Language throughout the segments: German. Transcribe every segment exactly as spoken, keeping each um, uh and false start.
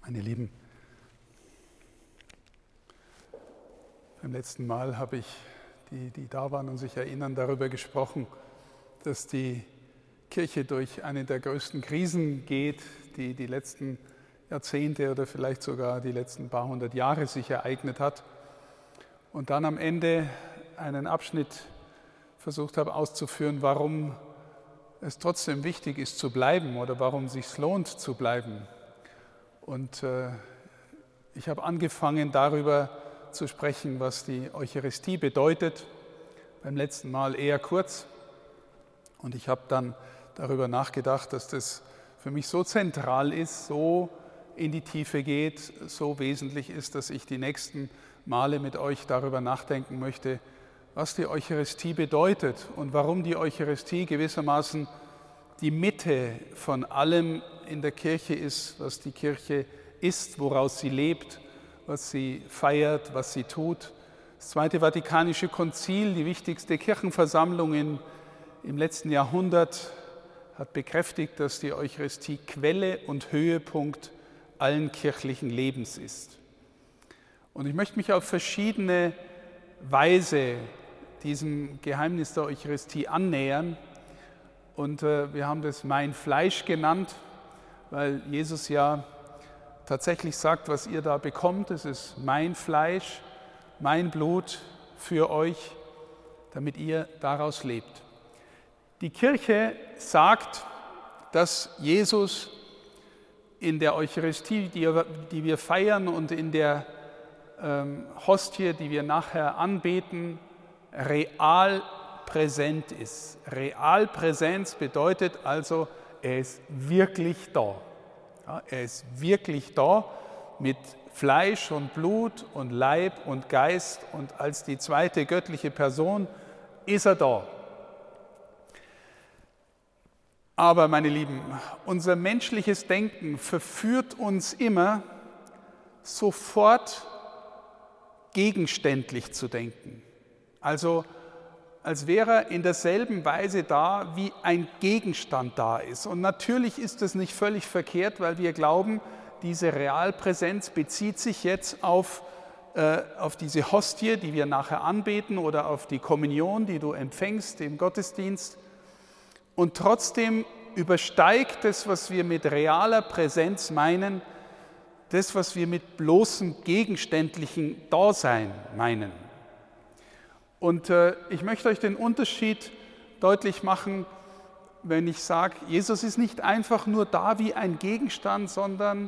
Meine Lieben, beim letzten Mal habe ich, die, die da waren und sich erinnern, darüber gesprochen, dass die Kirche durch eine der größten Krisen geht, die die letzten Jahrzehnte oder vielleicht sogar die letzten paar hundert Jahre sich ereignet hat. Und dann am Ende einen Abschnitt versucht habe auszuführen, warum es trotzdem wichtig ist zu bleiben oder warum es sich lohnt zu bleiben. Und äh, ich habe angefangen darüber zu sprechen, was die Eucharistie bedeutet, beim letzten Mal eher kurz. Und ich habe dann darüber nachgedacht, dass das für mich so zentral ist, so in die Tiefe geht, so wesentlich ist, dass ich die nächsten Male mit euch darüber nachdenken möchte, was die Eucharistie bedeutet und warum die Eucharistie gewissermaßen die Mitte von allem in der Kirche ist, was die Kirche ist, woraus sie lebt, was sie feiert, was sie tut. Das Zweite Vatikanische Konzil, die wichtigste Kirchenversammlung in, im letzten Jahrhundert, hat bekräftigt, dass die Eucharistie Quelle und Höhepunkt allen kirchlichen Lebens ist. Und ich möchte mich auf verschiedene Weise diesem Geheimnis der Eucharistie annähern. Und äh, wir haben das mein Fleisch genannt, weil Jesus ja tatsächlich sagt, was ihr da bekommt, es ist mein Fleisch, mein Blut für euch, damit ihr daraus lebt. Die Kirche sagt, dass Jesus in der Eucharistie, die, die wir feiern und in der ähm, Hostie, die wir nachher anbeten, real präsent ist. Realpräsenz bedeutet also, er ist wirklich da. Ja, er ist wirklich da mit Fleisch und Blut und Leib und Geist und als die zweite göttliche Person ist er da. Aber, meine Lieben, unser menschliches Denken verführt uns immer, sofort gegenständlich zu denken. Also, als wäre er in derselben Weise da, wie ein Gegenstand da ist. Und natürlich ist das nicht völlig verkehrt, weil wir glauben, diese Realpräsenz bezieht sich jetzt auf, äh, auf diese Hostie, die wir nachher anbeten, oder auf die Kommunion, die du empfängst im Gottesdienst. Und trotzdem übersteigt das, was wir mit realer Präsenz meinen, das, was wir mit bloßem gegenständlichen Dasein meinen. Und äh, ich möchte euch den Unterschied deutlich machen, wenn ich sage, Jesus ist nicht einfach nur da wie ein Gegenstand, sondern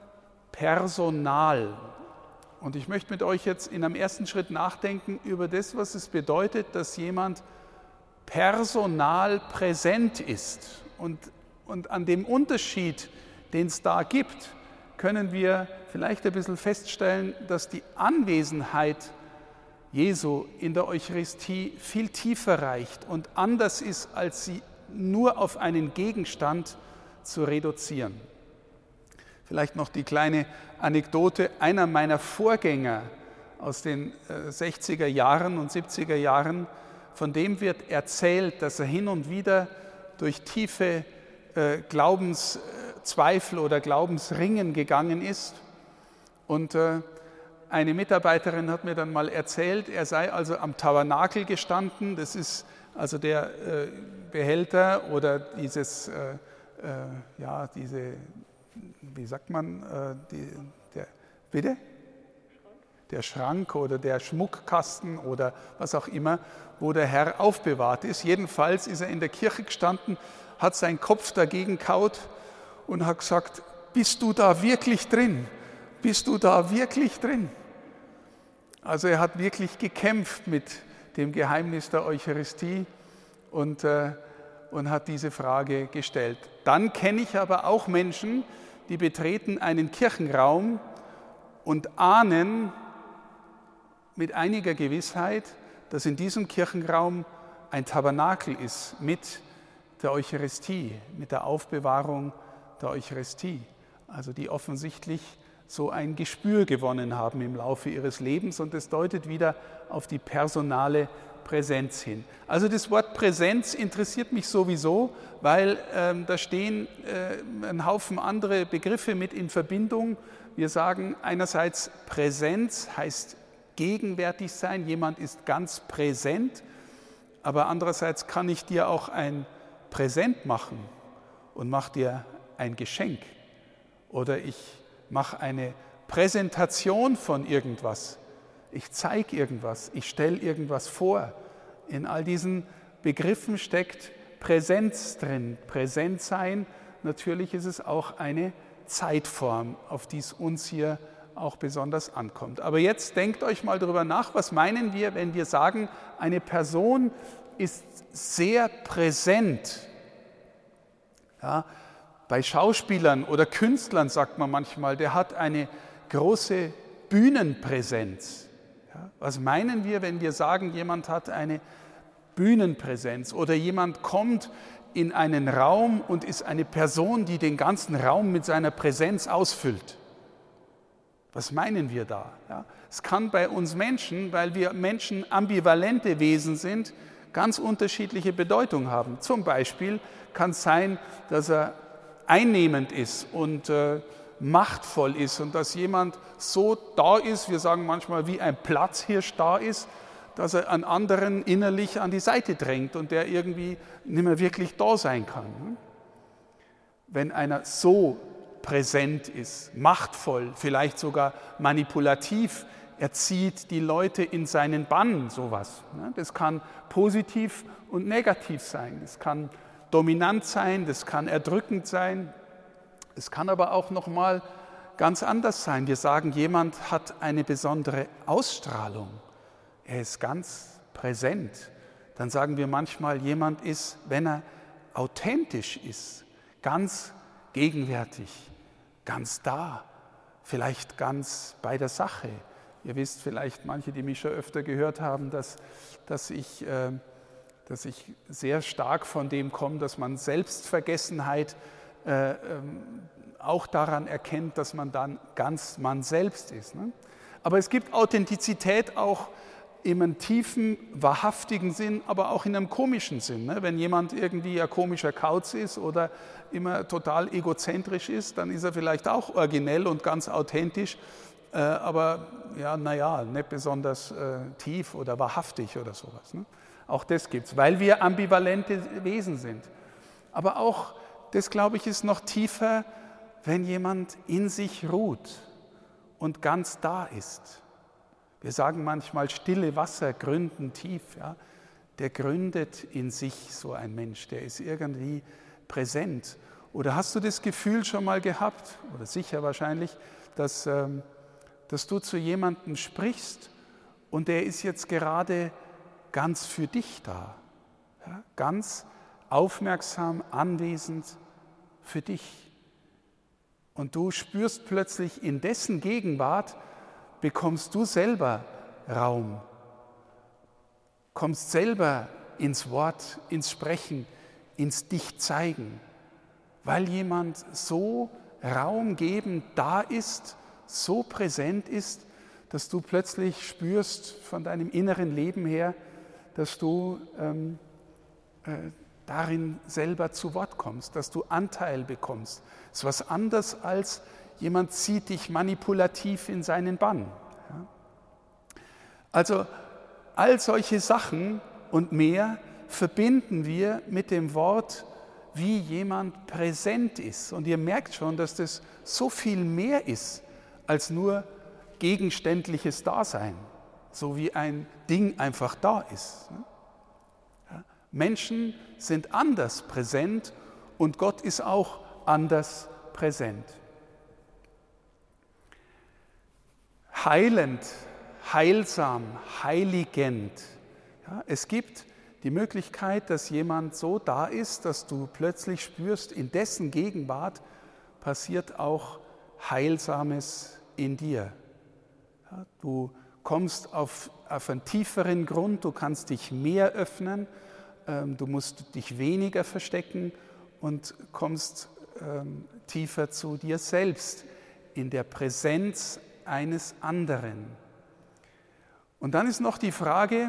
personal. Und ich möchte mit euch jetzt in einem ersten Schritt nachdenken über das, was es bedeutet, dass jemand personal präsent ist. Und, und an dem Unterschied, den es da gibt, können wir vielleicht ein bisschen feststellen, dass die Anwesenheit Jesu in der Eucharistie viel tiefer reicht und anders ist, als sie nur auf einen Gegenstand zu reduzieren. Vielleicht noch die kleine Anekdote. Einer meiner Vorgänger aus den sechziger Jahren und siebziger Jahren, von dem wird erzählt, dass er hin und wieder durch tiefe äh, Glaubenszweifel oder Glaubensringen gegangen ist. Und äh, eine Mitarbeiterin hat mir dann mal erzählt, er sei also am Tabernakel gestanden, das ist also der äh, Behälter oder dieses, äh, äh, ja, diese, wie sagt man, äh, die, der, bitte? Der Schrank oder der Schmuckkasten oder was auch immer, wo der Herr aufbewahrt ist. Jedenfalls ist er in der Kirche gestanden, hat seinen Kopf dagegen kaut und hat gesagt, bist du da wirklich drin? Bist du da wirklich drin? Also er hat wirklich gekämpft mit dem Geheimnis der Eucharistie und, äh, und hat diese Frage gestellt. Dann kenne ich aber auch Menschen, die betreten einen Kirchenraum und ahnen mit einiger Gewissheit, dass in diesem Kirchenraum ein Tabernakel ist mit der Eucharistie, mit der Aufbewahrung der Eucharistie. Also die offensichtlich so ein Gespür gewonnen haben im Laufe ihres Lebens und das deutet wieder auf die personale Präsenz hin. Also das Wort Präsenz interessiert mich sowieso, weil ähm, da stehen äh, ein Haufen andere Begriffe mit in Verbindung Wir sagen einerseits, Präsenz heißt gegenwärtig sein, jemand ist ganz präsent, aber andererseits kann ich dir auch ein Präsent machen und mache dir ein Geschenk oder ich mache eine Präsentation von irgendwas. Ich zeige irgendwas, ich stelle irgendwas vor. In all diesen Begriffen steckt Präsenz drin. Präsent sein, natürlich ist es auch eine Zeitform, auf die es uns hier auch besonders ankommt. Aber jetzt denkt euch mal darüber nach, was meinen wir, wenn wir sagen, eine Person ist sehr präsent. Ja, bei Schauspielern oder Künstlern sagt man manchmal, der hat eine große Bühnenpräsenz. Ja, was meinen wir, wenn wir sagen, jemand hat eine Bühnenpräsenz oder jemand kommt in einen Raum und ist eine Person, die den ganzen Raum mit seiner Präsenz ausfüllt? Was meinen wir da? Ja, es kann bei uns Menschen, weil wir Menschen ambivalente Wesen sind, ganz unterschiedliche Bedeutung haben. Zum Beispiel kann es sein, dass er einnehmend ist und äh, machtvoll ist und dass jemand so da ist, wir sagen manchmal wie ein Platzhirsch da ist, dass er einen anderen innerlich an die Seite drängt und der irgendwie nicht mehr wirklich da sein kann. Wenn einer so präsent ist, machtvoll, vielleicht sogar manipulativ, er zieht die Leute in seinen Bann, sowas. Das kann positiv und negativ sein, das kann dominant sein, das kann erdrückend sein, es kann aber auch nochmal ganz anders sein. Wir sagen, jemand hat eine besondere Ausstrahlung, er ist ganz präsent. Dann sagen wir manchmal, jemand ist, wenn er authentisch ist, ganz gegenwärtig, ganz da, vielleicht ganz bei der Sache. Ihr wisst vielleicht, manche, die mich schon öfter gehört haben, dass, dass, ich, äh, dass ich sehr stark von dem komme, dass man Selbstvergessenheit äh, äh, auch daran erkennt, dass man dann ganz man selbst ist. Ne? Aber es gibt Authentizität auch in einem tiefen, wahrhaftigen Sinn, aber auch in einem komischen Sinn. Ne? Wenn jemand irgendwie ein komischer Kauz ist oder immer total egozentrisch ist, dann ist er vielleicht auch originell und ganz authentisch, äh, aber ja, naja, nicht besonders äh, tief oder wahrhaftig oder sowas. Ne? Auch das gibt es, weil wir ambivalente Wesen sind. Aber auch, das glaube ich, ist noch tiefer, wenn jemand in sich ruht und ganz da ist. Wir sagen manchmal, stille Wasser gründen tief. Ja? Der gründet in sich, so ein Mensch, der ist irgendwie präsent. Oder hast du das Gefühl schon mal gehabt, oder sicher wahrscheinlich, dass, ähm, dass du zu jemandem sprichst und der ist jetzt gerade ganz für dich da, ja? Ganz aufmerksam, anwesend für dich. Und du spürst plötzlich in dessen Gegenwart, bekommst du selber Raum, kommst selber ins Wort, ins Sprechen, ins Dich-Zeigen, weil jemand so raumgebend da ist, so präsent ist, dass du plötzlich spürst von deinem inneren Leben her, dass du ähm, äh, darin selber zu Wort kommst, dass du Anteil bekommst. Das ist was anderes als jemand zieht dich manipulativ in seinen Bann. Ja? Also all solche Sachen und mehr verbinden wir mit dem Wort, wie jemand präsent ist. Und ihr merkt schon, dass das so viel mehr ist als nur gegenständliches Dasein, so wie ein Ding einfach da ist. Ja? Menschen sind anders präsent und Gott ist auch anders präsent. Heilend, heilsam, heiligend. Ja, es gibt die Möglichkeit, dass jemand so da ist, dass du plötzlich spürst, in dessen Gegenwart passiert auch Heilsames in dir. Ja, du kommst auf, auf einen tieferen Grund, du kannst dich mehr öffnen, ähm, du musst dich weniger verstecken und kommst ähm, tiefer zu dir selbst in der Präsenz eines anderen. Und dann ist noch die Frage,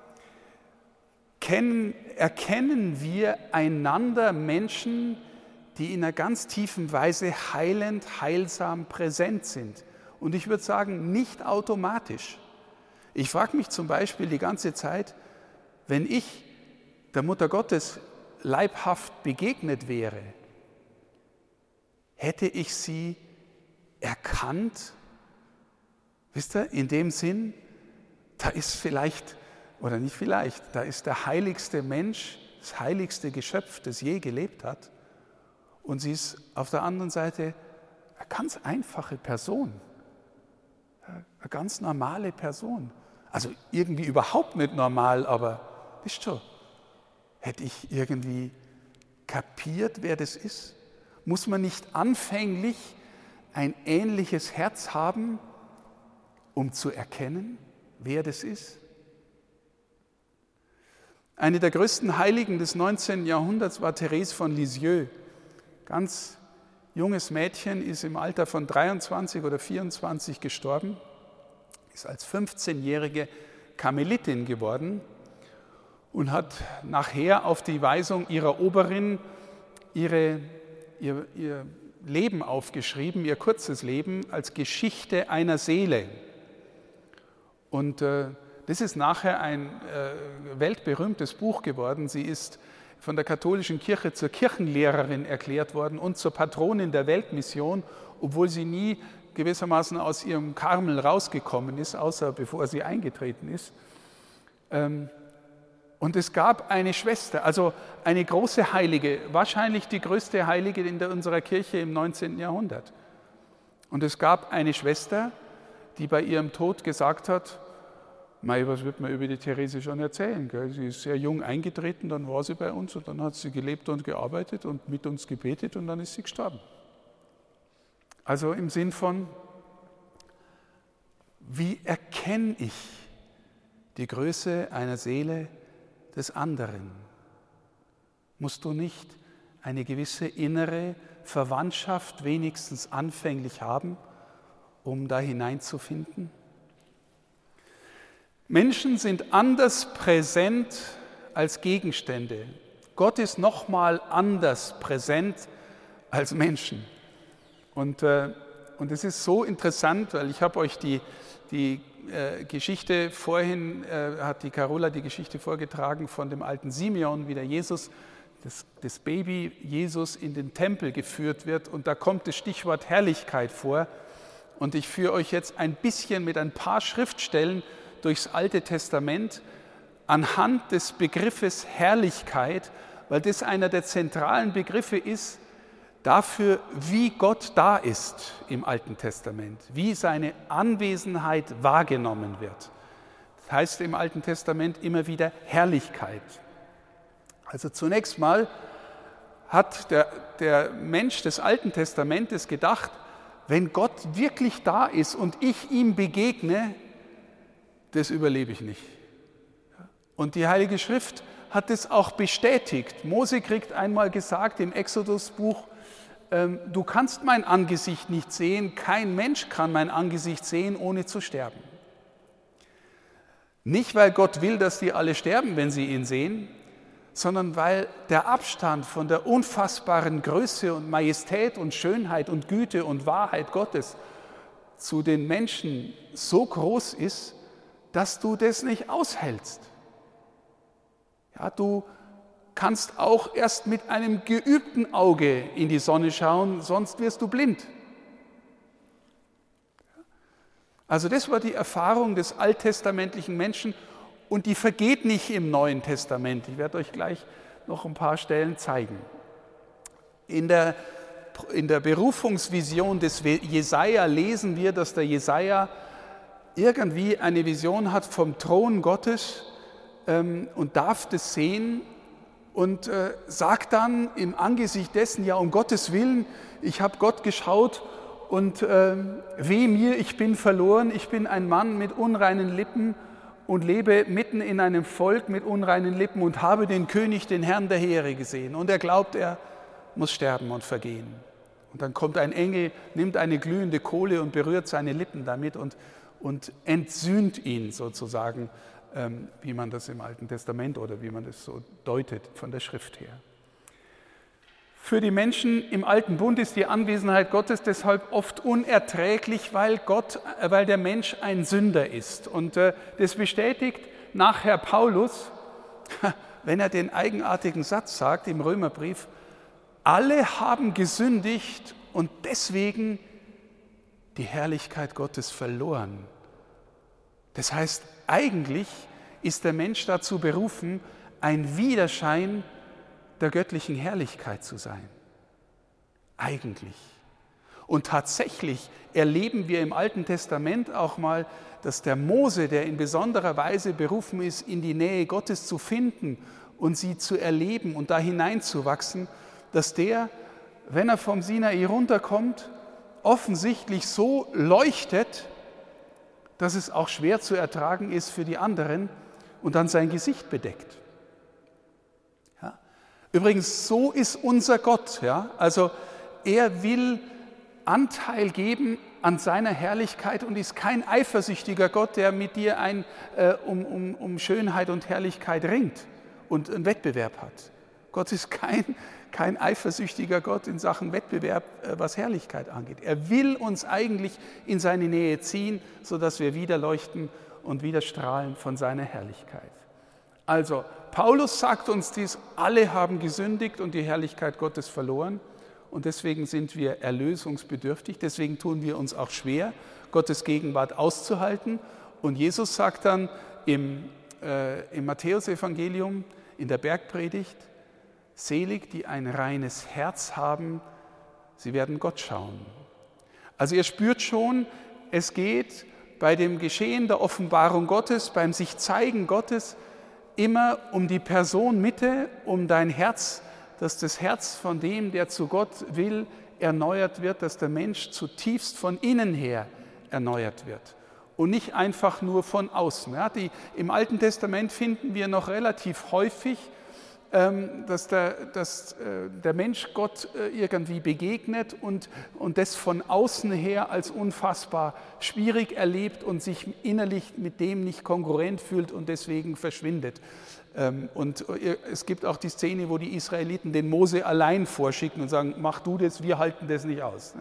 kennen, erkennen wir einander Menschen, die in einer ganz tiefen Weise heilend, heilsam präsent sind. Und ich würde sagen, nicht automatisch. Ich frage mich zum Beispiel die ganze Zeit, wenn ich der Mutter Gottes leibhaft begegnet wäre, hätte ich sie erkannt? Wisst ihr, in dem Sinn, da ist vielleicht, oder nicht vielleicht, da ist der heiligste Mensch, das heiligste Geschöpf, das je gelebt hat. Und sie ist auf der anderen Seite eine ganz einfache Person, eine ganz normale Person. Also irgendwie überhaupt nicht normal, aber wisst schon, hätte ich irgendwie kapiert, wer das ist? Muss man nicht anfänglich ein ähnliches Herz haben, um zu erkennen, wer das ist? Eine der größten Heiligen des neunzehnten Jahrhunderts war Therese von Lisieux. Ganz junges Mädchen, ist im Alter von dreiundzwanzig oder vierundzwanzig gestorben, ist als fünfzehnjährige Karmelitin geworden und hat nachher auf die Weisung ihrer Oberin ihre, ihr, ihr Leben aufgeschrieben, ihr kurzes Leben als Geschichte einer Seele. Und äh, das ist nachher ein äh, weltberühmtes Buch geworden. Sie ist von der katholischen Kirche zur Kirchenlehrerin erklärt worden und zur Patronin der Weltmission, obwohl sie nie gewissermaßen aus ihrem Karmel rausgekommen ist, außer bevor sie eingetreten ist. Ähm, und es gab eine Schwester, also eine große Heilige, wahrscheinlich die größte Heilige in der, unserer Kirche im neunzehnten Jahrhundert. Und es gab eine Schwester, die bei ihrem Tod gesagt hat, Mei, was wird man über die Therese schon erzählen? Gell? Sie ist sehr jung eingetreten, dann war sie bei uns und dann hat sie gelebt und gearbeitet und mit uns gebetet und dann ist sie gestorben. Also im Sinn von, wie erkenne ich die Größe einer Seele des anderen? Musst du nicht eine gewisse innere Verwandtschaft wenigstens anfänglich haben, um da hineinzufinden? Menschen sind anders präsent als Gegenstände. Gott ist nochmal anders präsent als Menschen. Und, äh, und es ist so interessant, weil ich habe euch die, die äh, Geschichte vorhin, äh, hat die Carola die Geschichte vorgetragen von dem alten Simeon, wie der Jesus, das, das Baby Jesus in den Tempel geführt wird. Und da kommt das Stichwort Herrlichkeit vor. Und ich führe euch jetzt ein bisschen mit ein paar Schriftstellen durchs Alte Testament anhand des Begriffes Herrlichkeit, weil das einer der zentralen Begriffe ist dafür, wie Gott da ist im Alten Testament, wie seine Anwesenheit wahrgenommen wird. Das heißt im Alten Testament immer wieder Herrlichkeit. Also zunächst mal hat der, der Mensch des Alten Testamentes gedacht, wenn Gott wirklich da ist und ich ihm begegne, das überlebe ich nicht. Und die Heilige Schrift hat es auch bestätigt. Mose kriegt einmal gesagt im Exodus-Buch, ähm, du kannst mein Angesicht nicht sehen, kein Mensch kann mein Angesicht sehen, ohne zu sterben. Nicht, weil Gott will, dass die alle sterben, wenn sie ihn sehen, sondern weil der Abstand von der unfassbaren Größe und Majestät und Schönheit und Güte und Wahrheit Gottes zu den Menschen so groß ist, dass du das nicht aushältst. Ja, du kannst auch erst mit einem geübten Auge in die Sonne schauen, sonst wirst du blind. Also das war die Erfahrung des alttestamentlichen Menschen und die vergeht nicht im Neuen Testament. Ich werde euch gleich noch ein paar Stellen zeigen. In der, in der Berufungsvision des Jesaja lesen wir, dass der Jesaja irgendwie eine Vision hat vom Thron Gottes ähm, und darf das sehen und äh, sagt dann im Angesicht dessen, ja um Gottes Willen, ich habe Gott geschaut und äh, weh mir, ich bin verloren, ich bin ein Mann mit unreinen Lippen und lebe mitten in einem Volk mit unreinen Lippen und habe den König, den Herrn der Heere gesehen. Und er glaubt, er muss sterben und vergehen. Und dann kommt ein Engel, nimmt eine glühende Kohle und berührt seine Lippen damit und und entsühnt ihn sozusagen, ähm, wie man das im Alten Testament oder wie man das so deutet von der Schrift her. Für die Menschen im Alten Bund ist die Anwesenheit Gottes deshalb oft unerträglich, weil, Gott, weil der Mensch ein Sünder ist. Und äh, das bestätigt nachher Paulus, wenn er den eigenartigen Satz sagt im Römerbrief, alle haben gesündigt und deswegen die Herrlichkeit Gottes verloren. Das heißt, eigentlich ist der Mensch dazu berufen, ein Widerschein der göttlichen Herrlichkeit zu sein. Eigentlich. Und tatsächlich erleben wir im Alten Testament auch mal, dass der Mose, der in besonderer Weise berufen ist, in die Nähe Gottes zu finden und sie zu erleben und da hineinzuwachsen, dass der, wenn er vom Sinai runterkommt, offensichtlich so leuchtet, dass es auch schwer zu ertragen ist für die anderen und dann sein Gesicht bedeckt. Ja? Übrigens, so ist unser Gott. Ja? Also er will Anteil geben an seiner Herrlichkeit und ist kein eifersüchtiger Gott, der mit dir ein, äh, um, um, um Schönheit und Herrlichkeit ringt und einen Wettbewerb hat. Gott ist kein, kein eifersüchtiger Gott in Sachen Wettbewerb, äh, was Herrlichkeit angeht. Er will uns eigentlich in seine Nähe ziehen, sodass wir wieder leuchten und wieder strahlen von seiner Herrlichkeit. Also, Paulus sagt uns dies, alle haben gesündigt und die Herrlichkeit Gottes verloren. Und deswegen sind wir erlösungsbedürftig, deswegen tun wir uns auch schwer, Gottes Gegenwart auszuhalten. Und Jesus sagt dann im, äh, im Matthäusevangelium, in der Bergpredigt, selig, die ein reines Herz haben, sie werden Gott schauen. Also ihr spürt schon, es geht bei dem Geschehen der Offenbarung Gottes, beim sich zeigen Gottes, immer um die Person Mitte, um dein Herz, dass das Herz von dem, der zu Gott will, erneuert wird, dass der Mensch zutiefst von innen her erneuert wird und nicht einfach nur von außen. Ja, die, im Alten Testament finden wir noch relativ häufig, ähm, dass, der, dass äh, der Mensch Gott äh, irgendwie begegnet und, und das von außen her als unfassbar schwierig erlebt und sich innerlich mit dem nicht kongruent fühlt und deswegen verschwindet. Und es gibt auch die Szene, wo die Israeliten den Mose allein vorschicken und sagen, mach du das, wir halten das nicht aus.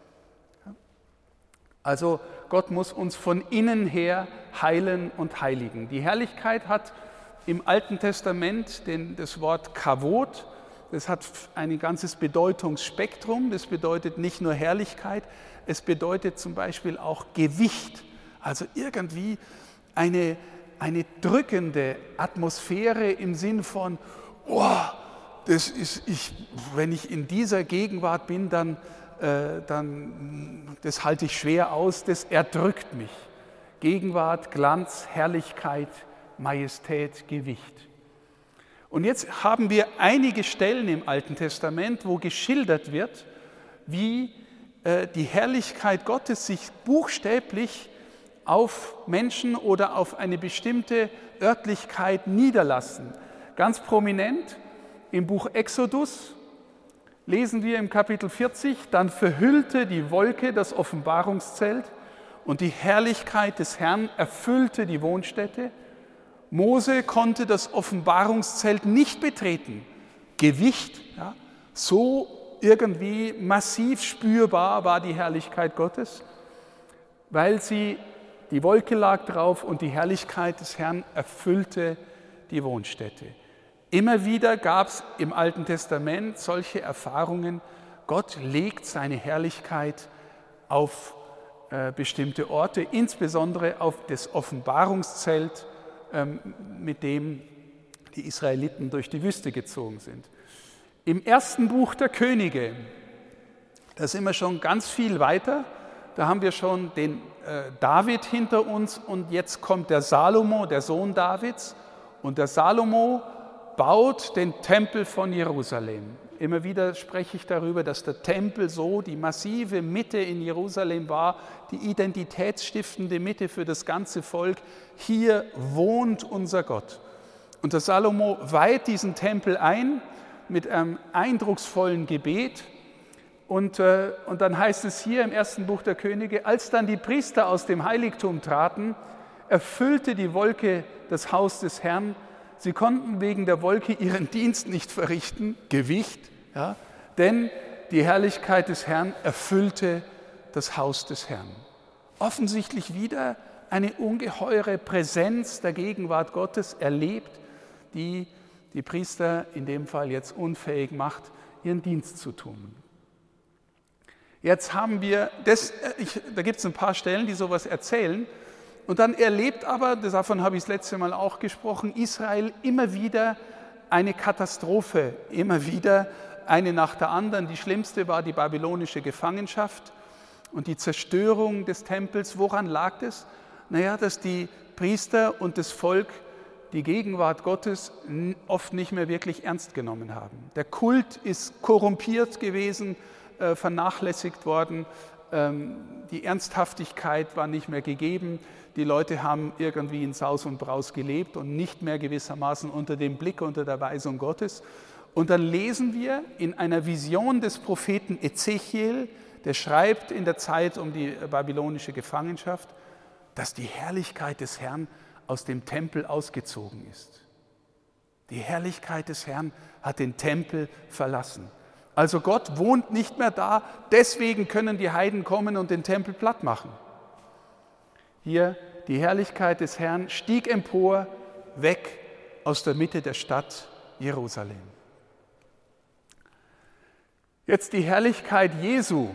Also Gott muss uns von innen her heilen und heiligen. Die Herrlichkeit hat im Alten Testament den, das Wort Kavod, das hat ein ganzes Bedeutungsspektrum, das bedeutet nicht nur Herrlichkeit, es bedeutet zum Beispiel auch Gewicht, also irgendwie eine eine drückende Atmosphäre im Sinn von, oh, das ist, ich, wenn ich in dieser Gegenwart bin, dann, äh, dann, das halte ich schwer aus, das erdrückt mich. Gegenwart, Glanz, Herrlichkeit, Majestät, Gewicht. Und jetzt haben wir einige Stellen im Alten Testament, wo geschildert wird, wie äh, die Herrlichkeit Gottes sich buchstäblich auf Menschen oder auf eine bestimmte Örtlichkeit niederlassen. Ganz prominent im Buch Exodus lesen wir im Kapitel vierzig, dann verhüllte die Wolke das Offenbarungszelt und die Herrlichkeit des Herrn erfüllte die Wohnstätte. Mose konnte das Offenbarungszelt nicht betreten. Gewicht, ja, so irgendwie massiv spürbar war die Herrlichkeit Gottes, weil sie die Wolke lag drauf und die Herrlichkeit des Herrn erfüllte die Wohnstätte. Immer wieder gab es im Alten Testament solche Erfahrungen. Gott legt seine Herrlichkeit auf äh, bestimmte Orte, insbesondere auf das Offenbarungszelt, ähm, mit dem die Israeliten durch die Wüste gezogen sind. Im ersten Buch der Könige, da sind wir schon ganz viel weiter. Da haben wir schon den äh, David hinter uns und jetzt kommt der Salomo, der Sohn Davids. Und der Salomo baut den Tempel von Jerusalem. Immer wieder spreche ich darüber, dass der Tempel so die massive Mitte in Jerusalem war, die identitätsstiftende Mitte für das ganze Volk. Hier wohnt unser Gott. Und der Salomo weiht diesen Tempel ein mit einem eindrucksvollen Gebet. Und, äh, und dann heißt es hier im ersten Buch der Könige, als dann die Priester aus dem Heiligtum traten, erfüllte die Wolke das Haus des Herrn. Sie konnten wegen der Wolke ihren Dienst nicht verrichten, Gewicht. Ja. denn die Herrlichkeit des Herrn erfüllte das Haus des Herrn. Offensichtlich wieder eine ungeheure Präsenz der Gegenwart Gottes erlebt, die die Priester in dem Fall jetzt unfähig macht, ihren Dienst zu tun. Jetzt haben wir, das, ich, da gibt es ein paar Stellen, die sowas erzählen, und dann erlebt aber, davon habe ich das letzte Mal auch gesprochen, Israel immer wieder eine Katastrophe, immer wieder eine nach der anderen. Die schlimmste war die babylonische Gefangenschaft und die Zerstörung des Tempels. Woran lag das? Naja, dass die Priester und das Volk die Gegenwart Gottes oft nicht mehr wirklich ernst genommen haben. Der Kult ist korrumpiert gewesen, äh, vernachlässigt worden, ähm, die Ernsthaftigkeit war nicht mehr gegeben, die Leute haben irgendwie in Saus und Braus gelebt und nicht mehr gewissermaßen unter dem Blick, unter der Weisung Gottes. Und dann lesen wir in einer Vision des Propheten Ezechiel, der schreibt in der Zeit um die babylonische Gefangenschaft, dass die Herrlichkeit des Herrn aus dem Tempel ausgezogen ist. Die Herrlichkeit des Herrn hat den Tempel verlassen. Also Gott wohnt nicht mehr da, deswegen können die Heiden kommen und den Tempel platt machen. Hier, die Herrlichkeit des Herrn stieg empor, weg aus der Mitte der Stadt Jerusalem. Jetzt die Herrlichkeit Jesu.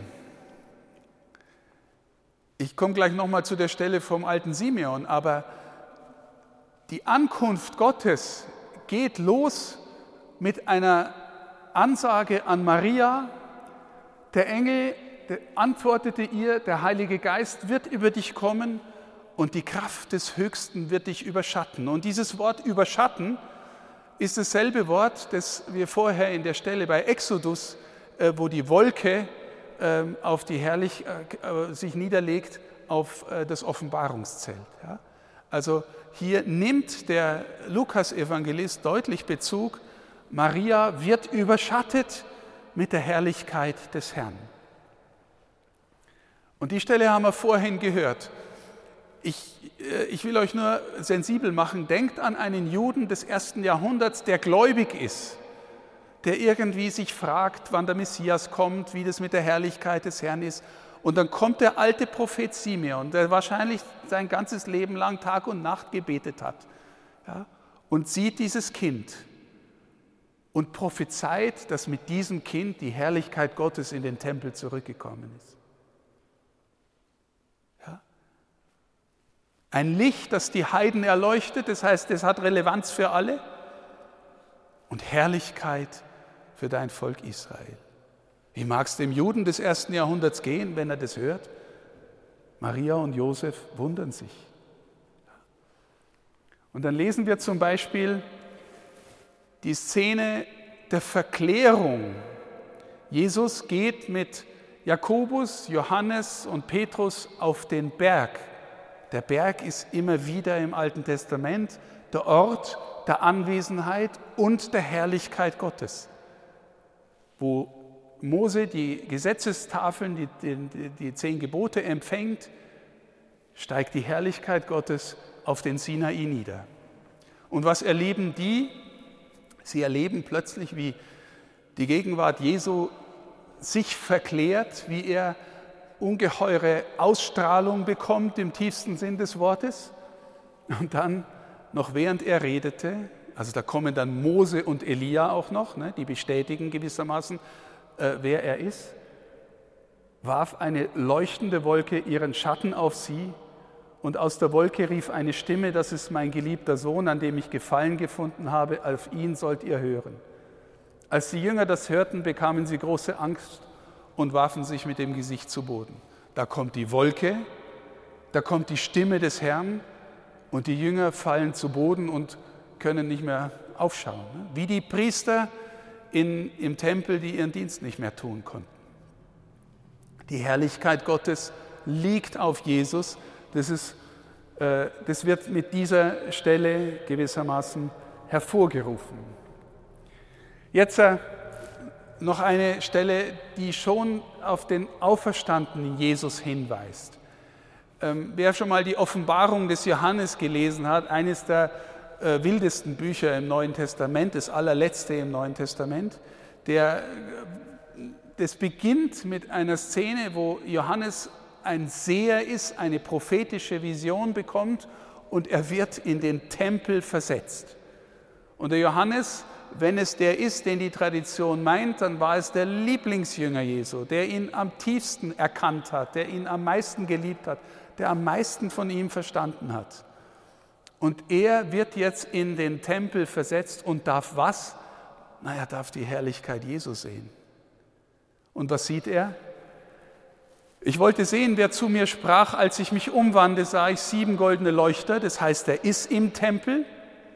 Ich komme gleich nochmal zu der Stelle vom alten Simeon, aber die Ankunft Gottes geht los mit einer Ansage an Maria. Der Engel antwortete ihr, der Heilige Geist wird über dich kommen und die Kraft des Höchsten wird dich überschatten. Und dieses Wort überschatten ist dasselbe Wort, das wir vorher in der Stelle bei Exodus, wo die Wolke auf die Herrlich, sich niederlegt, auf das Offenbarungszelt. Also hier nimmt der Lukas-Evangelist deutlich Bezug, Maria wird überschattet mit der Herrlichkeit des Herrn. Und die Stelle haben wir vorhin gehört. Ich, ich will euch nur sensibel machen, denkt an einen Juden des ersten Jahrhunderts, der gläubig ist, der irgendwie sich fragt, wann der Messias kommt, wie das mit der Herrlichkeit des Herrn ist. Und dann kommt der alte Prophet Simeon, der wahrscheinlich sein ganzes Leben lang Tag und Nacht gebetet hat, ja, und sieht dieses Kind und prophezeit, dass mit diesem Kind die Herrlichkeit Gottes in den Tempel zurückgekommen ist. Ja. Ein Licht, das die Heiden erleuchtet, das heißt, es hat Relevanz für alle, und Herrlichkeit für dein Volk Israel. Wie mag es dem Juden des ersten Jahrhunderts gehen, wenn er das hört? Maria und Josef wundern sich. Und dann lesen wir zum Beispiel die Szene der Verklärung. Jesus geht mit Jakobus, Johannes und Petrus auf den Berg. Der Berg ist immer wieder im Alten Testament der Ort der Anwesenheit und der Herrlichkeit Gottes, wo Mose die Gesetzestafeln, die, die, die zehn Gebote empfängt, steigt die Herrlichkeit Gottes auf den Sinai nieder. Und was erleben die? Sie erleben plötzlich, wie die Gegenwart Jesu sich verklärt, wie er ungeheure Ausstrahlung bekommt im tiefsten Sinn des Wortes. Und dann, noch während er redete, also da kommen dann Mose und Elia auch noch, ne, die bestätigen gewissermaßen, äh, wer er ist, warf eine leuchtende Wolke ihren Schatten auf sie und aus der Wolke rief eine Stimme, das ist mein geliebter Sohn, an dem ich Gefallen gefunden habe, auf ihn sollt ihr hören. Als die Jünger das hörten, bekamen sie große Angst und warfen sich mit dem Gesicht zu Boden. Da kommt die Wolke, da kommt die Stimme des Herrn und die Jünger fallen zu Boden und können nicht mehr aufschauen. Wie die Priester in, im Tempel, die ihren Dienst nicht mehr tun konnten. Die Herrlichkeit Gottes liegt auf Jesus. Das, ist, äh, das wird mit dieser Stelle gewissermaßen hervorgerufen. Jetzt äh, noch eine Stelle, die schon auf den auferstandenen Jesus hinweist. Ähm, wer schon mal die Offenbarung des Johannes gelesen hat, eines der äh, wildesten Bücher im Neuen Testament, das allerletzte im Neuen Testament, der das beginnt mit einer Szene, wo Johannes ein Seher ist, eine prophetische Vision bekommt und er wird in den Tempel versetzt. Und der Johannes, wenn es der ist, den die Tradition meint, dann war es der Lieblingsjünger Jesu, der ihn am tiefsten erkannt hat, der ihn am meisten geliebt hat, der am meisten von ihm verstanden hat. Und er wird jetzt in den Tempel versetzt und darf was? Na, er darf die Herrlichkeit Jesu sehen. Und was sieht er? Ich wollte sehen, wer zu mir sprach, als ich mich umwandte, sah ich sieben goldene Leuchter, das heißt, er ist im Tempel.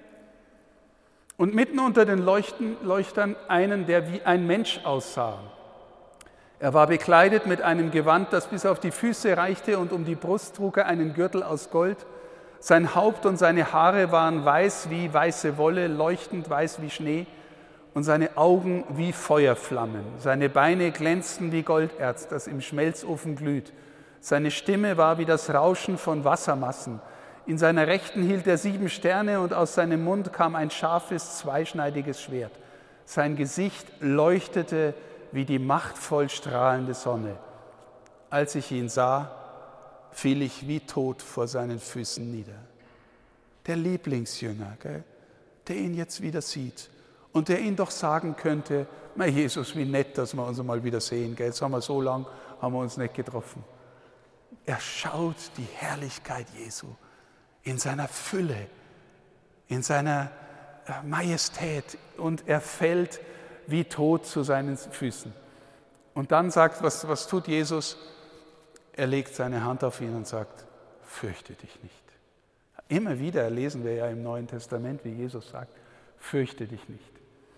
Und mitten unter den Leuchten, Leuchtern einen, der wie ein Mensch aussah. Er war bekleidet mit einem Gewand, das bis auf die Füße reichte, und um die Brust trug er einen Gürtel aus Gold. Sein Haupt und seine Haare waren weiß wie weiße Wolle, leuchtend weiß wie Schnee, und seine Augen wie Feuerflammen. Seine Beine glänzten wie Golderz, das im Schmelzofen glüht. Seine Stimme war wie das Rauschen von Wassermassen. In seiner Rechten hielt er sieben Sterne und aus seinem Mund kam ein scharfes, zweischneidiges Schwert. Sein Gesicht leuchtete wie die machtvoll strahlende Sonne. Als ich ihn sah, fiel ich wie tot vor seinen Füßen nieder. Der Lieblingsjünger, gell, der ihn jetzt wieder sieht und der ihn doch sagen könnte, mein Jesus, wie nett, dass wir uns mal wieder sehen. Gell. Jetzt haben wir so lange, haben wir uns nicht getroffen. Er schaut die Herrlichkeit Jesu in seiner Fülle, in seiner Majestät, und er fällt wie tot zu seinen Füßen. Und dann sagt, was, was tut Jesus? Er legt seine Hand auf ihn und sagt, fürchte dich nicht. Immer wieder lesen wir ja im Neuen Testament, wie Jesus sagt, fürchte dich nicht.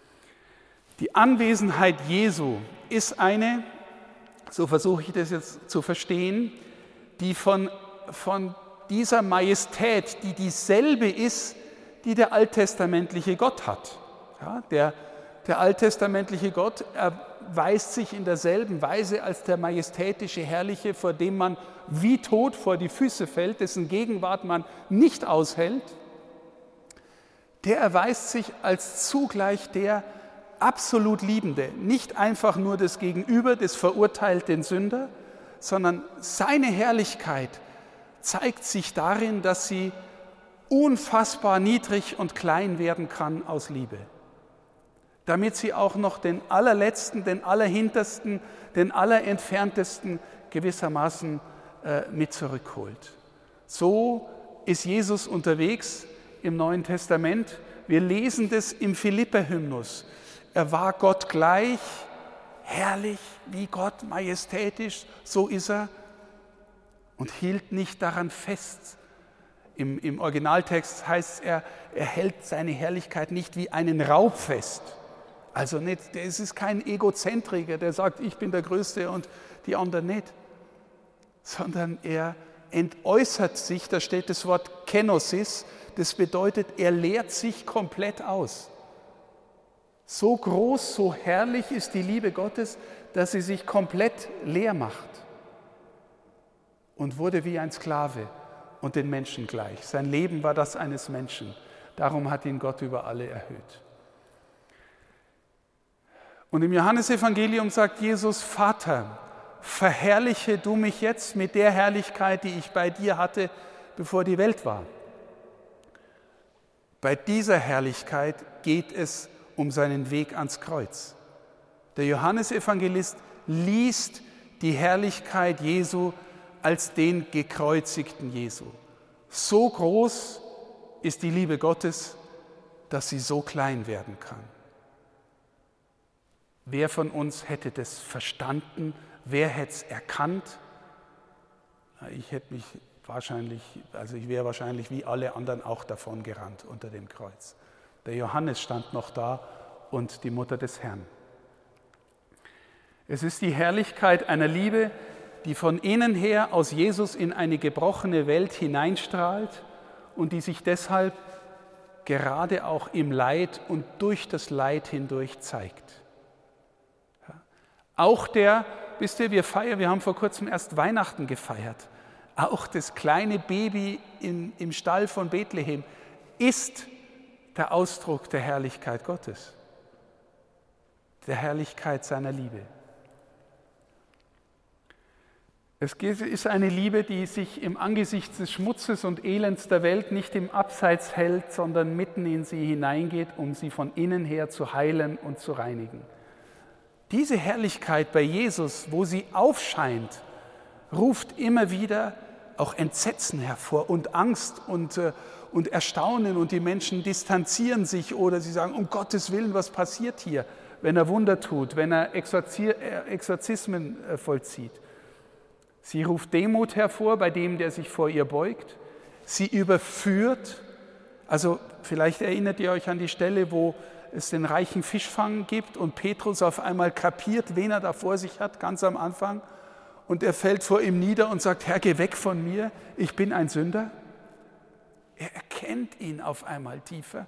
Die Anwesenheit Jesu ist eine, so versuche ich das jetzt zu verstehen, die von, von dieser Majestät, die dieselbe ist, die der alttestamentliche Gott hat. Ja, der, der alttestamentliche Gott erweist sich in derselben Weise als der majestätische Herrliche, vor dem man wie tot vor die Füße fällt, dessen Gegenwart man nicht aushält. Der erweist sich als zugleich der absolut Liebende, nicht einfach nur das Gegenüber, das verurteilt den Sünder, sondern seine Herrlichkeit zeigt sich darin, dass sie unfassbar niedrig und klein werden kann aus Liebe, damit sie auch noch den Allerletzten, den Allerhintersten, den Allerentferntesten gewissermaßen äh, mit zurückholt. So ist Jesus unterwegs im Neuen Testament. Wir lesen das im Philipper-Hymnus. Er war Gott gleich, herrlich wie Gott, majestätisch, so ist er, und hielt nicht daran fest. Im, im Originaltext heißt es, er, er hält seine Herrlichkeit nicht wie einen Raub fest. Also nicht, es ist kein Egozentriker, der sagt, ich bin der Größte und die anderen nicht. Sondern er entäußert sich, da steht das Wort Kenosis, das bedeutet, er leert sich komplett aus. So groß, so herrlich ist die Liebe Gottes, dass sie sich komplett leer macht. Und wurde wie ein Sklave und den Menschen gleich. Sein Leben war das eines Menschen. Darum hat ihn Gott über alle erhöht. Und im Johannesevangelium sagt Jesus, Vater, verherrliche du mich jetzt mit der Herrlichkeit, die ich bei dir hatte, bevor die Welt war. Bei dieser Herrlichkeit geht es um seinen Weg ans Kreuz. Der Johannesevangelist liest die Herrlichkeit Jesu als den gekreuzigten Jesu. So groß ist die Liebe Gottes, dass sie so klein werden kann. Wer von uns hätte das verstanden? Wer hätte es erkannt? Ich hätte mich wahrscheinlich, also ich wäre wahrscheinlich wie alle anderen auch davon gerannt unter dem Kreuz. Der Johannes stand noch da und die Mutter des Herrn. Es ist die Herrlichkeit einer Liebe, die von innen her aus Jesus in eine gebrochene Welt hineinstrahlt und die sich deshalb gerade auch im Leid und durch das Leid hindurch zeigt. Ja. Auch der, wisst ihr, wir feiern, wir haben vor kurzem erst Weihnachten gefeiert, auch das kleine Baby in, im Stall von Bethlehem ist der Ausdruck der Herrlichkeit Gottes, der Herrlichkeit seiner Liebe. Es ist eine Liebe, die sich im Angesicht des Schmutzes und Elends der Welt nicht im Abseits hält, sondern mitten in sie hineingeht, um sie von innen her zu heilen und zu reinigen. Diese Herrlichkeit bei Jesus, wo sie aufscheint, ruft immer wieder auch Entsetzen hervor und Angst und, äh, und Erstaunen, und die Menschen distanzieren sich oder sie sagen, um Gottes Willen, was passiert hier, wenn er Wunder tut, wenn er Exorzi- Exorzismen äh, vollzieht. Sie ruft Demut hervor bei dem, der sich vor ihr beugt. Sie überführt, also vielleicht erinnert ihr euch an die Stelle, wo es den reichen Fischfang gibt und Petrus auf einmal kapiert, wen er da vor sich hat, ganz am Anfang. Und er fällt vor ihm nieder und sagt, Herr, geh weg von mir, ich bin ein Sünder. Er erkennt ihn auf einmal tiefer.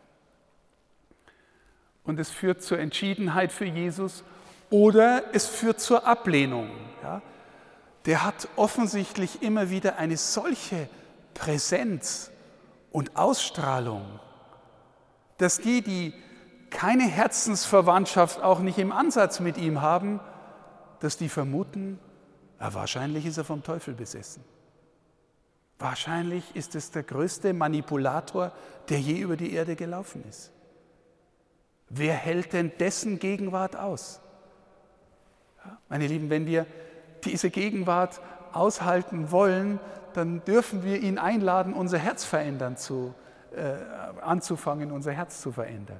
Und es führt zur Entschiedenheit für Jesus oder es führt zur Ablehnung. Ja? Der hat offensichtlich immer wieder eine solche Präsenz und Ausstrahlung, dass die, die keine Herzensverwandtschaft auch nicht im Ansatz mit ihm haben, dass die vermuten, ja, wahrscheinlich ist er vom Teufel besessen. Wahrscheinlich ist es der größte Manipulator, der je über die Erde gelaufen ist. Wer hält denn dessen Gegenwart aus? Ja, meine Lieben, wenn wir diese Gegenwart aushalten wollen, dann dürfen wir ihn einladen, unser Herz verändern zu, äh, anzufangen, unser Herz zu verändern.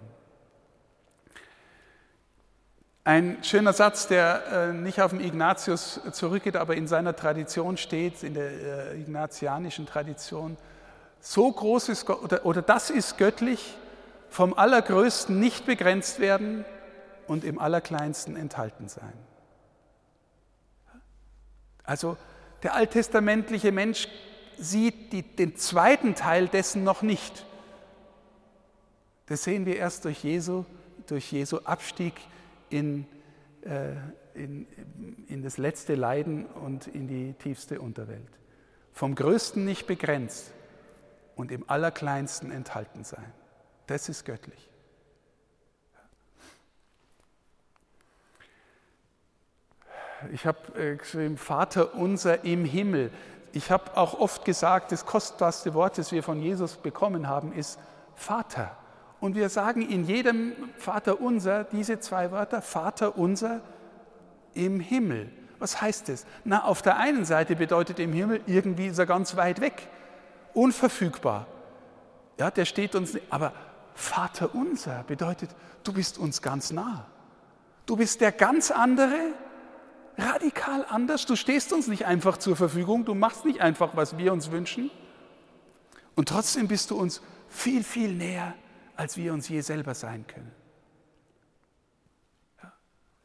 Ein schöner Satz, der äh, nicht auf den Ignatius zurückgeht, aber in seiner Tradition steht, in der äh, ignatianischen Tradition: So groß ist Gott, oder, oder das ist göttlich, vom Allergrößten nicht begrenzt werden und im Allerkleinsten enthalten sein. Also der alttestamentliche Mensch sieht die, den zweiten Teil dessen noch nicht. Das sehen wir erst durch Jesu, durch Jesu Abstieg in, äh, in, in das letzte Leiden und in die tiefste Unterwelt. Vom Größten nicht begrenzt und im Allerkleinsten enthalten sein. Das ist göttlich. Ich habe äh, geschrieben, Vater unser im Himmel. Ich habe auch oft gesagt, das kostbarste Wort, das wir von Jesus bekommen haben, ist Vater. Und wir sagen in jedem Vater unser diese zwei Wörter, Vater unser im Himmel. Was heißt das? Na, auf der einen Seite bedeutet im Himmel, irgendwie ist er ganz weit weg, unverfügbar. Ja, der steht uns nicht, aber Vater unser bedeutet, du bist uns ganz nah. Du bist der ganz andere, radikal anders. Du stehst uns nicht einfach zur Verfügung, du machst nicht einfach, was wir uns wünschen. Und trotzdem bist du uns viel, viel näher, als wir uns je selber sein können. Ja.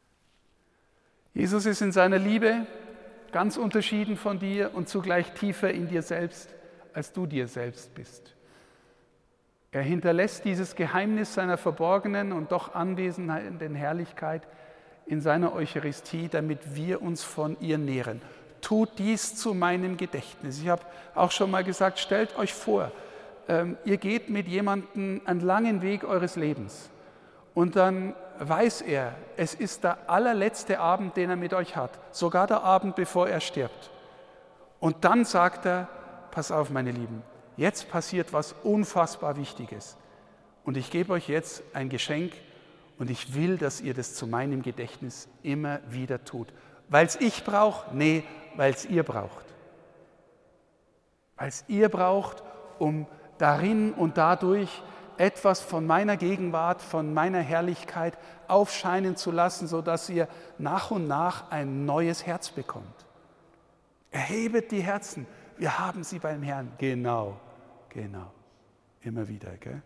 Jesus ist in seiner Liebe ganz unterschieden von dir und zugleich tiefer in dir selbst, als du dir selbst bist. Er hinterlässt dieses Geheimnis seiner verborgenen und doch anwesenden Herrlichkeit in seiner Eucharistie, damit wir uns von ihr nähren. Tut dies zu meinem Gedächtnis. Ich habe auch schon mal gesagt, stellt euch vor, ähm, ihr geht mit jemandem einen langen Weg eures Lebens und dann weiß er, es ist der allerletzte Abend, den er mit euch hat, sogar der Abend, bevor er stirbt. Und dann sagt er, pass auf, meine Lieben, jetzt passiert was unfassbar Wichtiges und ich gebe euch jetzt ein Geschenk und ich will, dass ihr das zu meinem Gedächtnis immer wieder tut. Weil es ich brauche? Nee, weil es ihr braucht. Weil es ihr braucht, um darin und dadurch etwas von meiner Gegenwart, von meiner Herrlichkeit aufscheinen zu lassen, sodass ihr nach und nach ein neues Herz bekommt. Erhebet die Herzen, wir haben sie beim Herrn. Genau, genau, immer wieder, gell?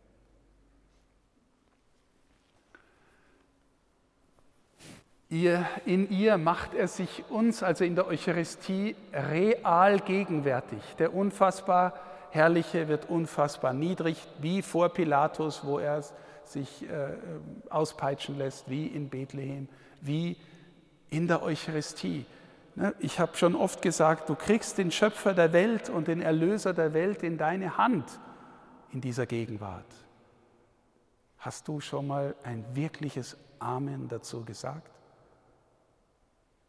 Ihr, in ihr macht er sich uns, also in der Eucharistie, real gegenwärtig. Der unfassbar Herrliche wird unfassbar niedrig, wie vor Pilatus, wo er sich äh, auspeitschen lässt, wie in Bethlehem, wie in der Eucharistie. Ne? Ich habe schon oft gesagt, du kriegst den Schöpfer der Welt und den Erlöser der Welt in deine Hand in dieser Gegenwart. Hast du schon mal ein wirkliches Amen dazu gesagt?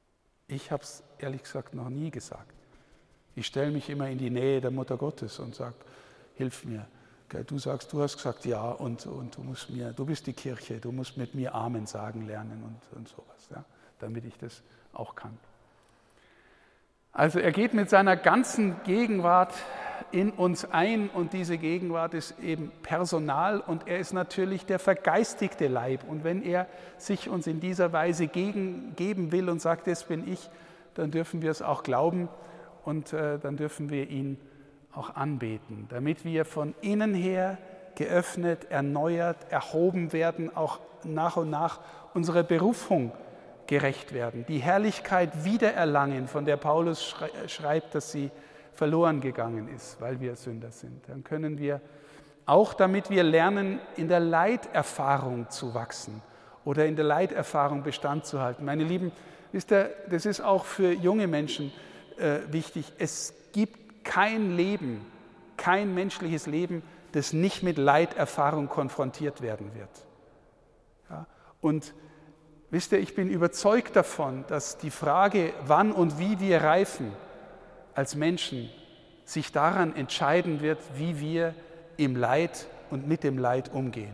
Ich habe es ehrlich gesagt noch nie gesagt. Ich stelle mich immer in die Nähe der Mutter Gottes und sage, hilf mir. Du sagst, du hast gesagt ja und, und du musst mir, du bist die Kirche, du musst mit mir Amen sagen lernen und, und sowas, ja, damit ich das auch kann. Also er geht mit seiner ganzen Gegenwart in uns ein und diese Gegenwart ist eben Personal und er ist natürlich der vergeistigte Leib. Und wenn er sich uns in dieser Weise gegen, geben will und sagt, das bin ich, dann dürfen wir es auch glauben und äh, dann dürfen wir ihn auch anbeten, damit wir von innen her geöffnet, erneuert, erhoben werden, auch nach und nach unserer Berufung gerecht werden, die Herrlichkeit wiedererlangen, von der Paulus schreibt, dass sie verloren gegangen ist, weil wir Sünder sind. Dann können wir auch, damit wir lernen, in der Leiterfahrung zu wachsen oder in der Leiterfahrung Bestand zu halten. Meine Lieben, wisst ihr, das ist auch für junge Menschen äh, wichtig. Es gibt kein Leben, kein menschliches Leben, das nicht mit Leiterfahrung konfrontiert werden wird. Ja? Und wisst ihr, ich bin überzeugt davon, dass die Frage, wann und wie wir reifen als Menschen, sich daran entscheiden wird, wie wir im Leid und mit dem Leid umgehen.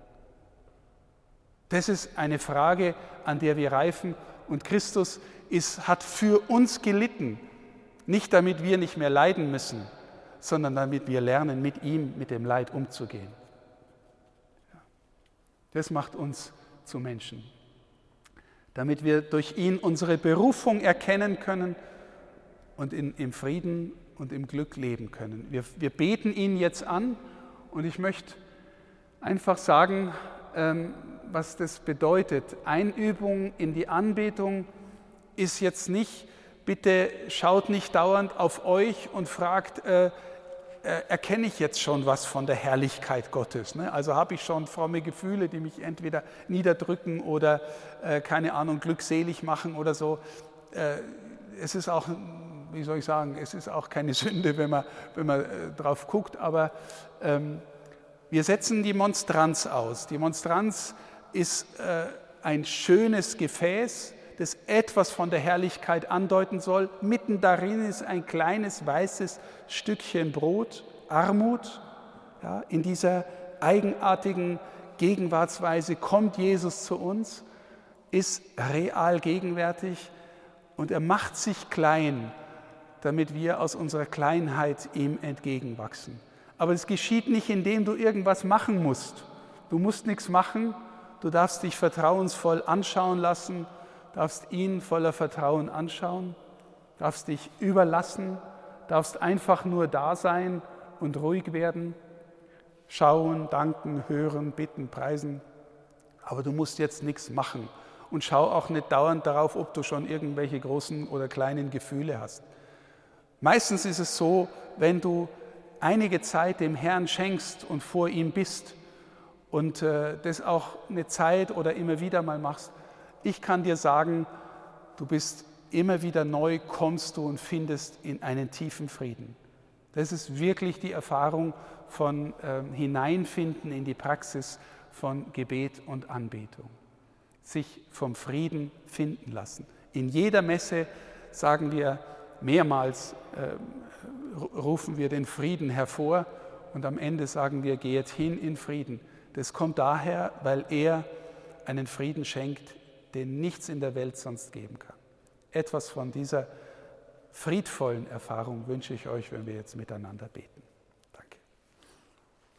Das ist eine Frage, an der wir reifen und Christus ist, hat für uns gelitten, nicht damit wir nicht mehr leiden müssen, sondern damit wir lernen, mit ihm, mit dem Leid umzugehen. Das macht uns zu Menschen. Damit wir durch ihn unsere Berufung erkennen können und in, im Frieden und im Glück leben können. Wir, wir beten ihn jetzt an und ich möchte einfach sagen, ähm, was das bedeutet. Einübung in die Anbetung ist jetzt nicht, bitte schaut nicht dauernd auf euch und fragt, äh, erkenne ich jetzt schon was von der Herrlichkeit Gottes? Ne? Also habe ich schon fromme Gefühle, die mich entweder niederdrücken oder, äh, keine Ahnung, glückselig machen oder so. Äh, es ist auch, wie soll ich sagen, es ist auch keine Sünde, wenn man, wenn man äh, drauf guckt, aber ähm, wir setzen die Monstranz aus. Die Monstranz ist äh, ein schönes Gefäß, das etwas von der Herrlichkeit andeuten soll. Mitten darin ist ein kleines weißes Stückchen Brot, Armut. Ja, in dieser eigenartigen Gegenwartsweise kommt Jesus zu uns, ist real gegenwärtig und er macht sich klein, damit wir aus unserer Kleinheit ihm entgegenwachsen. Aber es geschieht nicht, indem du irgendwas machen musst. Du musst nichts machen, du darfst dich vertrauensvoll anschauen lassen, darfst ihn voller Vertrauen anschauen, darfst dich überlassen, darfst einfach nur da sein und ruhig werden, schauen, danken, hören, bitten, preisen. Aber du musst jetzt nichts machen und schau auch nicht dauernd darauf, ob du schon irgendwelche großen oder kleinen Gefühle hast. Meistens ist es so, wenn du einige Zeit dem Herrn schenkst und vor ihm bist und äh, das auch eine Zeit oder immer wieder mal machst, ich kann dir sagen, du bist immer wieder neu, kommst du und findest in einen tiefen Frieden. Das ist wirklich die Erfahrung von äh, Hineinfinden in die Praxis von Gebet und Anbetung. Sich vom Frieden finden lassen. In jeder Messe sagen wir mehrmals, äh, rufen wir den Frieden hervor und am Ende sagen wir, geht hin in Frieden. Das kommt daher, weil er einen Frieden schenkt, den nichts in der Welt sonst geben kann. Etwas von dieser friedvollen Erfahrung wünsche ich euch, wenn wir jetzt miteinander beten.